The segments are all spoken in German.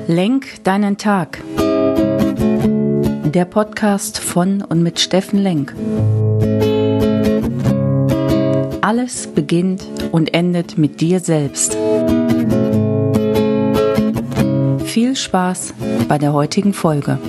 Lenk deinen Tag. Der Podcast von und mit Steffen Lenk. Alles beginnt und endet mit dir selbst. Viel Spaß bei der heutigen Folge.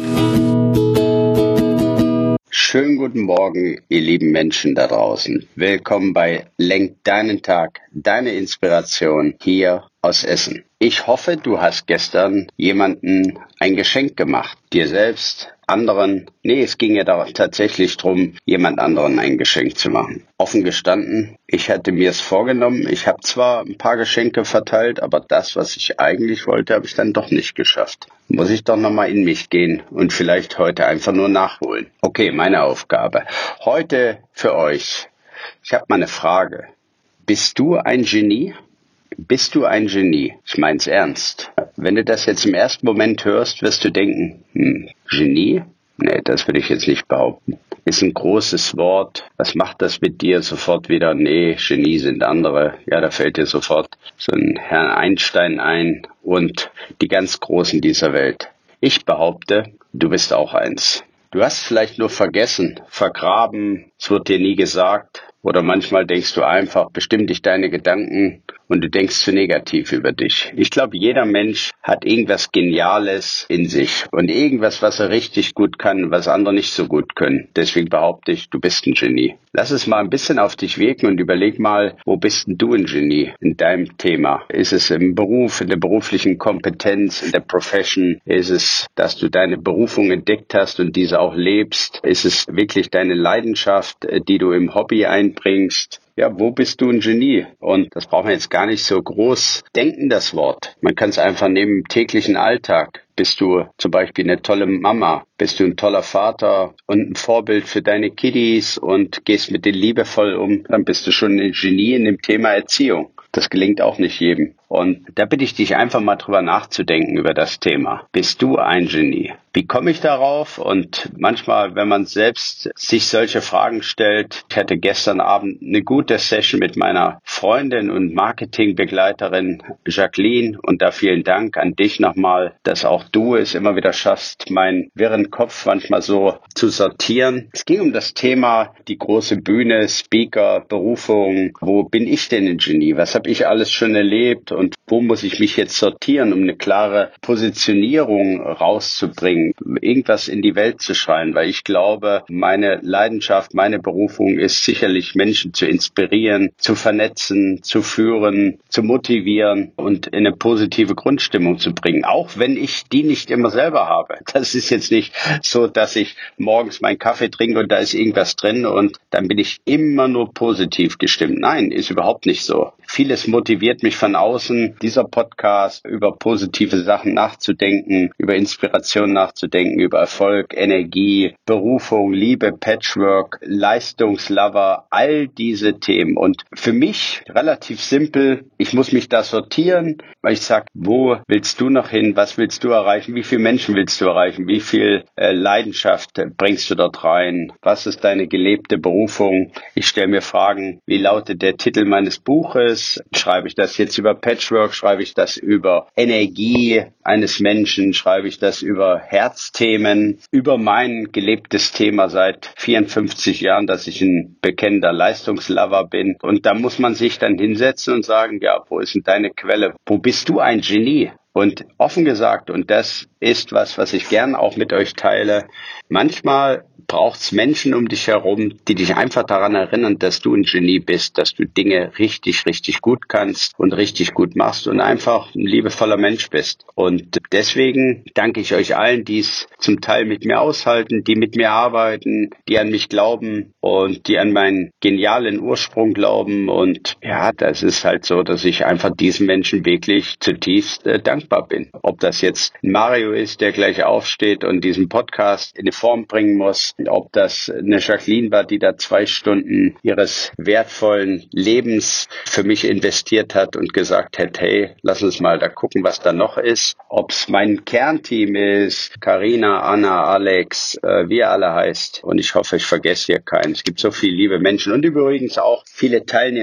Schönen guten Morgen, ihr lieben Menschen da draußen. Willkommen bei Lenk deinen Tag, deine Inspiration hier aus Essen. Ich hoffe, du hast gestern jemandem ein Geschenk gemacht. Dir selbst, anderen. Nee, es ging ja da tatsächlich darum, jemand anderen ein Geschenk zu machen. Offen gestanden, ich hatte mir es vorgenommen. Ich habe zwar ein paar Geschenke verteilt, aber das, was ich eigentlich wollte, habe ich dann doch nicht geschafft. Muss ich doch nochmal in mich gehen und vielleicht heute einfach nur nachholen. Okay, meine Aufgabe. Heute für euch. Ich habe mal eine Frage. Bist du ein Genie? Bist du ein Genie? Ich mein's ernst. Wenn du das jetzt im ersten Moment hörst, wirst du denken, Genie? Nee, das würde ich jetzt nicht behaupten. Ist ein großes Wort. Was macht das mit dir? Sofort wieder, nee, Genie sind andere. Ja, da fällt dir sofort so ein Herr Einstein ein und die ganz Großen dieser Welt. Ich behaupte, du bist auch eins. Du hast vielleicht nur vergessen, vergraben, es wird dir nie gesagt. Oder manchmal denkst du einfach, bestimm dich deine Gedanken und du denkst zu negativ über dich. Ich glaube, jeder Mensch hat irgendwas Geniales in sich und irgendwas, was er richtig gut kann, was andere nicht so gut können. Deswegen behaupte ich, du bist ein Genie. Lass es mal ein bisschen auf dich wirken und überleg mal, wo bist denn du ein Genie in deinem Thema? Ist es im Beruf, in der beruflichen Kompetenz, in der Profession? Ist es, dass du deine Berufung entdeckt hast und diese auch lebst? Ist es wirklich deine Leidenschaft, die du im Hobby einbringst? Ja, wo bist du ein Genie? Und das braucht man jetzt gar nicht so groß denken, das Wort. Man kann es einfach nehmen im täglichen Alltag. Bist du zum Beispiel eine tolle Mama? Bist du ein toller Vater und ein Vorbild für deine Kiddies und gehst mit denen liebevoll um? Dann bist du schon ein Genie in dem Thema Erziehung. Das gelingt auch nicht jedem. Und da bitte ich dich einfach mal drüber nachzudenken über das Thema. Bist du ein Genie? Wie komme ich darauf? Und manchmal, wenn man selbst sich solche Fragen stellt, ich hatte gestern Abend eine gute Session mit meiner Freundin und Marketingbegleiterin Jacqueline. Und da vielen Dank an dich nochmal, dass auch du es immer wieder schaffst, meinen wirren Kopf manchmal so zu sortieren. Es ging um das Thema, die große Bühne, Speaker, Berufung. Wo bin ich denn ein Genie? Was habe ich alles schon erlebt? Und wo muss ich mich jetzt sortieren, um eine klare Positionierung rauszubringen, irgendwas in die Welt zu schreien? Weil ich glaube, meine Leidenschaft, meine Berufung ist sicherlich, Menschen zu inspirieren, zu vernetzen, zu führen, zu motivieren und in eine positive Grundstimmung zu bringen. Auch wenn ich die nicht immer selber habe. Das ist jetzt nicht so, dass ich morgens meinen Kaffee trinke und da ist irgendwas drin und dann bin ich immer nur positiv gestimmt. Nein, ist überhaupt nicht so. Vieles motiviert mich von außen, dieser Podcast, über positive Sachen nachzudenken, über Inspiration nachzudenken, über Erfolg, Energie, Berufung, Liebe, Patchwork, Leistungslover, all diese Themen. Und für mich relativ simpel, ich muss mich da sortieren, weil ich sage, wo willst du noch hin, was willst du erreichen, wie viele Menschen willst du erreichen, wie viel Leidenschaft bringst du dort rein, was ist deine gelebte Berufung? Ich stelle mir Fragen, wie lautet der Titel meines Buches? Schreibe ich das jetzt über Patchwork? Schreibe ich das über Energie eines Menschen? Schreibe ich das über Herzthemen? Über mein gelebtes Thema seit 54 Jahren, dass ich ein bekennender Leistungslover bin. Und da muss man sich dann hinsetzen und sagen, ja, wo ist denn deine Quelle? Wo bist du ein Genie? Und offen gesagt, und das ist was ich gern auch mit euch teile, manchmal braucht's Menschen um dich herum, die dich einfach daran erinnern, dass du ein Genie bist, dass du Dinge richtig, richtig gut kannst und richtig gut machst und einfach ein liebevoller Mensch bist. Und deswegen danke ich euch allen, die es zum Teil mit mir aushalten, die mit mir arbeiten, die an mich glauben und die an meinen genialen Ursprung glauben. Und ja, das ist halt so, dass ich einfach diesen Menschen wirklich zutiefst dankbar bin. Ob das jetzt Mario ist, der gleich aufsteht und diesen Podcast in die Form bringen muss, ob das eine Jacqueline war, die da 2 Stunden ihres wertvollen Lebens für mich investiert hat und gesagt hat, hey, lass uns mal da gucken, was da noch ist. Ob es mein Kernteam ist, Carina, Anna, Alex, wie ihr alle heißt. Und ich hoffe, ich vergesse hier keinen. Es gibt so viele liebe Menschen und übrigens auch viele Teilnehmer,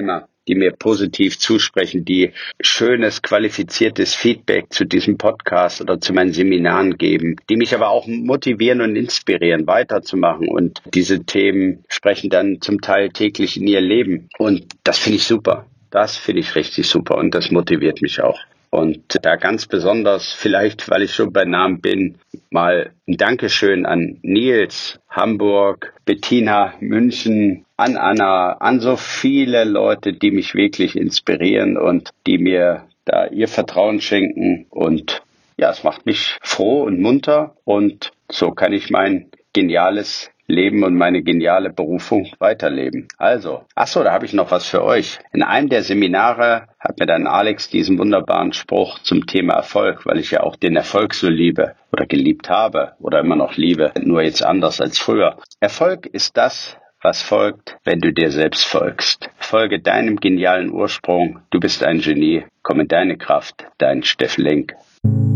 die mir positiv zusprechen, die schönes, qualifiziertes Feedback zu diesem Podcast oder zu meinen Seminaren geben, die mich aber auch motivieren und inspirieren, weiterzumachen. Und diese Themen sprechen dann zum Teil täglich in ihr Leben. Und das finde ich super. Das finde ich richtig super und das motiviert mich auch. Und da ganz besonders, vielleicht weil ich schon bei Namen bin, mal ein Dankeschön an Nils, Hamburg, Bettina, München, an Anna, an so viele Leute, die mich wirklich inspirieren und die mir da ihr Vertrauen schenken. Und ja, es macht mich froh und munter und so kann ich mein geniales Leben und meine geniale Berufung weiterleben. Also, da habe ich noch was für euch. In einem der Seminare hat mir dann Alex diesen wunderbaren Spruch zum Thema Erfolg, weil ich ja auch den Erfolg so liebe oder geliebt habe oder immer noch liebe, nur jetzt anders als früher. Erfolg ist das, was folgt, wenn du dir selbst folgst. Folge deinem genialen Ursprung. Du bist ein Genie. Komm in deine Kraft. Dein Steffen Lenk.